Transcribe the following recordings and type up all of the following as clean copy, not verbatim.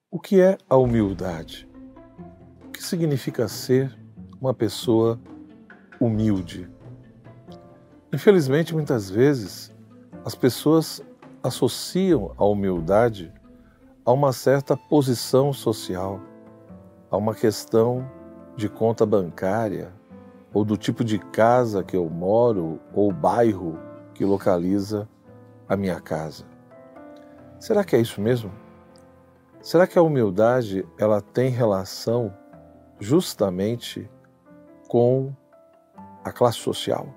O que é a humildade? O que significa ser uma pessoa humilde? Infelizmente, muitas vezes, as pessoas associam a humildade a uma certa posição social, a uma questão de conta bancária, ou do tipo de casa que eu moro, ou bairro que localiza a minha casa. Será que é isso mesmo? Será que a humildade ela tem relação justamente com a classe social?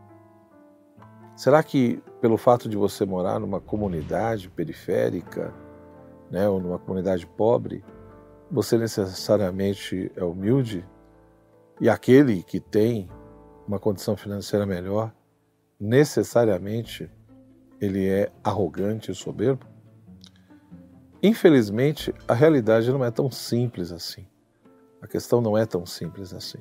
Será que pelo fato de você morar numa comunidade periférica, ou numa comunidade pobre, você necessariamente é humilde? E aquele que tem uma condição financeira melhor, necessariamente ele é arrogante e soberbo? Infelizmente, a realidade não é tão simples assim. A questão não é tão simples assim.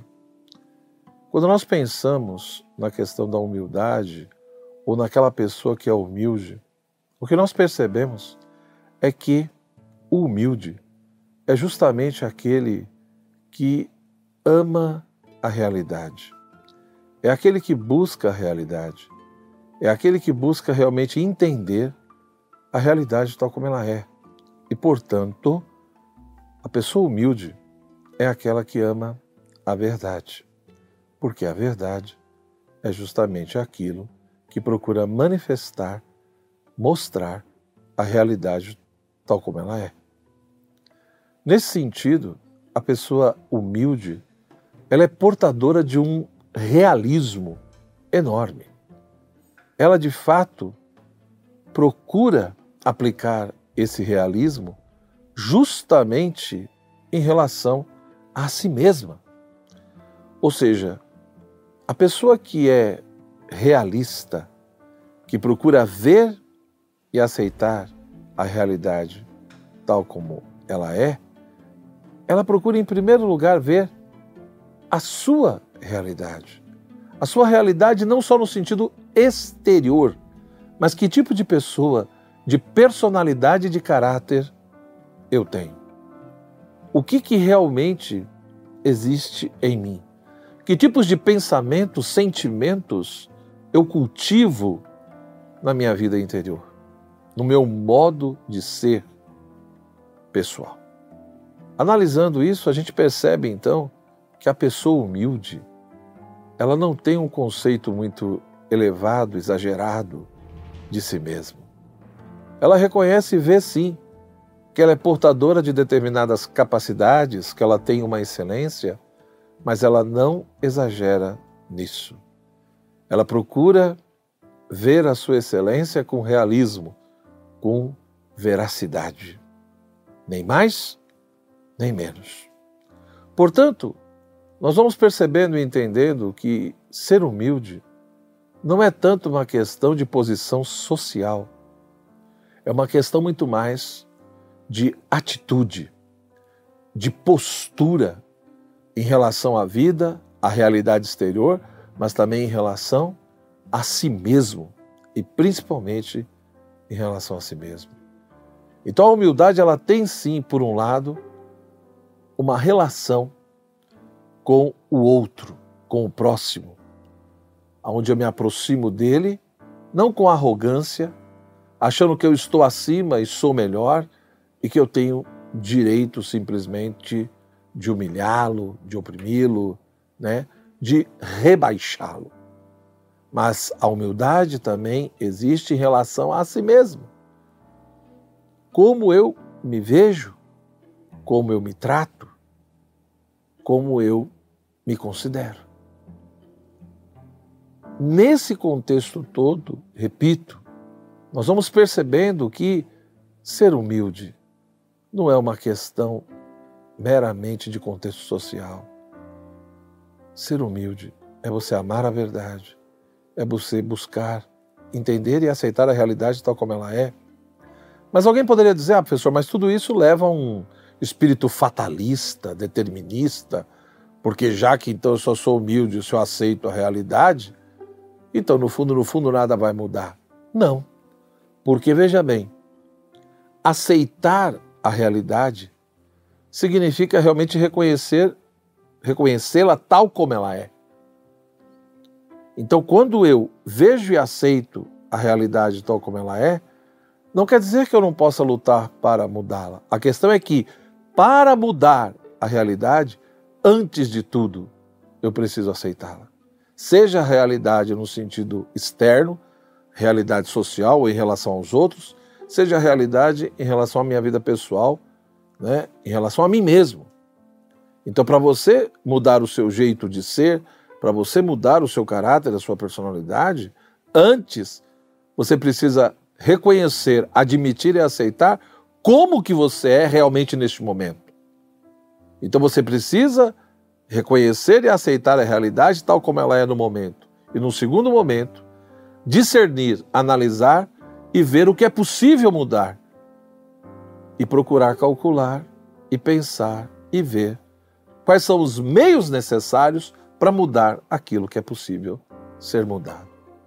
Quando nós pensamos na questão da humildade, ou naquela pessoa que é humilde, o que nós percebemos é que o humilde é justamente aquele que ama a realidade. É aquele que busca a realidade. É aquele que busca realmente entender a realidade tal como ela é. E, portanto, a pessoa humilde é aquela que ama a verdade. Porque a verdade é justamente aquilo que procura manifestar, mostrar a realidade tal como ela é. Nesse sentido, a pessoa humilde, ela é portadora de um realismo enorme. Ela, de fato, procura aplicar esse realismo justamente em relação a si mesma. Ou seja, a pessoa que é realista, que procura ver e aceitar a realidade tal como ela é, ela procura em primeiro lugar ver a sua realidade. A sua realidade não só no sentido exterior, mas que tipo de pessoa, de personalidade e de caráter eu tenho. O que realmente existe em mim? Que tipos de pensamentos, sentimentos eu cultivo na minha vida interior, no meu modo de ser pessoal. Analisando isso, a gente percebe então que a pessoa humilde, ela não tem um conceito muito elevado, exagerado de si mesma. Ela reconhece e vê sim que ela é portadora de determinadas capacidades, que ela tem uma excelência, mas ela não exagera nisso. Ela procura ver a sua excelência com realismo, com veracidade. Nem mais, nem menos. Portanto, nós vamos percebendo e entendendo que ser humilde não é tanto uma questão de posição social, é uma questão muito mais de atitude, de postura em relação à vida, à realidade exterior, mas também em relação a si mesmo e principalmente em relação a si mesmo. Então a humildade ela tem sim, por um lado, uma relação com o outro, com o próximo, onde eu me aproximo dele, não com arrogância, achando que eu estou acima e sou melhor e que eu tenho direito simplesmente de humilhá-lo, de oprimi-lo, de rebaixá-lo. Mas a humildade também existe em relação a si mesmo. Como eu me vejo, como eu me trato, como eu me considero. Nesse contexto todo, repito, nós vamos percebendo que ser humilde não é uma questão meramente de contexto social. Ser humilde é você amar a verdade, é você buscar entender e aceitar a realidade tal como ela é. Mas alguém poderia dizer, professor, mas tudo isso leva a um espírito fatalista, determinista, porque já que então eu só sou humilde, se eu aceito a realidade, então no fundo nada vai mudar. Não, porque veja bem, aceitar a realidade significa realmente reconhecê-la tal como ela é. Então, quando eu vejo e aceito a realidade tal como ela é, não quer dizer que eu não possa lutar para mudá-la. A questão é que, para mudar a realidade, antes de tudo, eu preciso aceitá-la. Seja a realidade no sentido externo, realidade social ou em relação aos outros, seja a realidade em relação à minha vida pessoal, né, em relação a mim mesmo. Então, para você mudar o seu jeito de ser, para você mudar o seu caráter, a sua personalidade, antes você precisa reconhecer, admitir e aceitar como que você é realmente neste momento. Então você precisa reconhecer e aceitar a realidade tal como ela é no momento. E no segundo momento, discernir, analisar e ver o que é possível mudar. E procurar calcular e pensar e ver quais são os meios necessários para mudar aquilo que é possível ser mudado.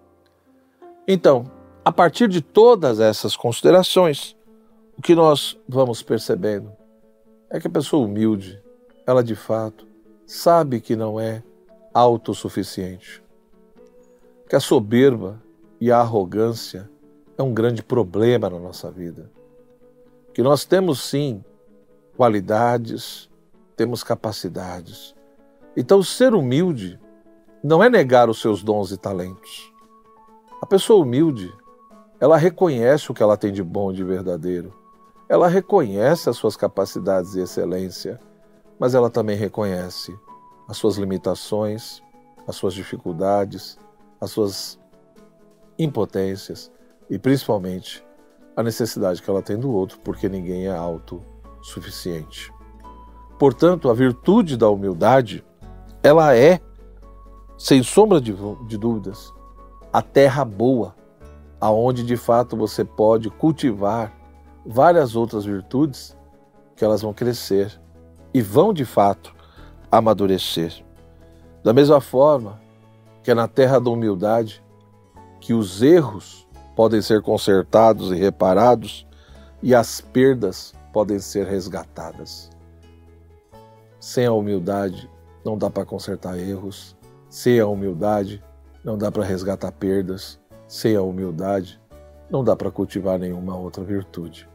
Então, a partir de todas essas considerações, o que nós vamos percebendo é que a pessoa humilde, ela de fato sabe que não é autossuficiente, que a soberba e a arrogância é um grande problema na nossa vida, que nós temos sim qualidades, temos capacidades. Então, ser humilde não é negar os seus dons e talentos. A pessoa humilde, ela reconhece o que ela tem de bom e de verdadeiro. Ela reconhece as suas capacidades e excelência, mas ela também reconhece as suas limitações, as suas dificuldades, as suas impotências e, principalmente, a necessidade que ela tem do outro, porque ninguém é autossuficiente. Portanto, a virtude da humildade, ela é, sem sombra de dúvidas, a terra boa, aonde de fato você pode cultivar várias outras virtudes que elas vão crescer e vão de fato amadurecer. Da mesma forma que é na terra da humildade que os erros podem ser consertados e reparados e as perdas podem ser resgatadas. Sem a humildade não dá para consertar erros, sem a humildade não dá para resgatar perdas, sem a humildade não dá para cultivar nenhuma outra virtude.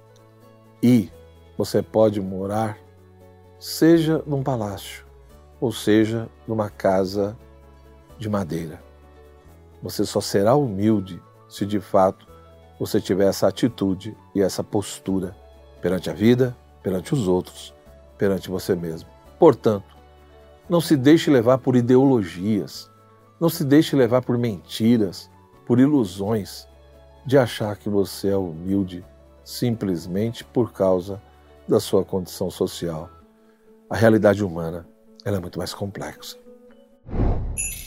E você pode morar, seja num palácio, ou seja numa casa de madeira. Você só será humilde se de fato você tiver essa atitude e essa postura perante a vida, perante os outros, perante você mesmo. Portanto, não se deixe levar por ideologias, não se deixe levar por mentiras, por ilusões, de achar que você é humilde simplesmente por causa da sua condição social. A realidade humana, ela é muito mais complexa.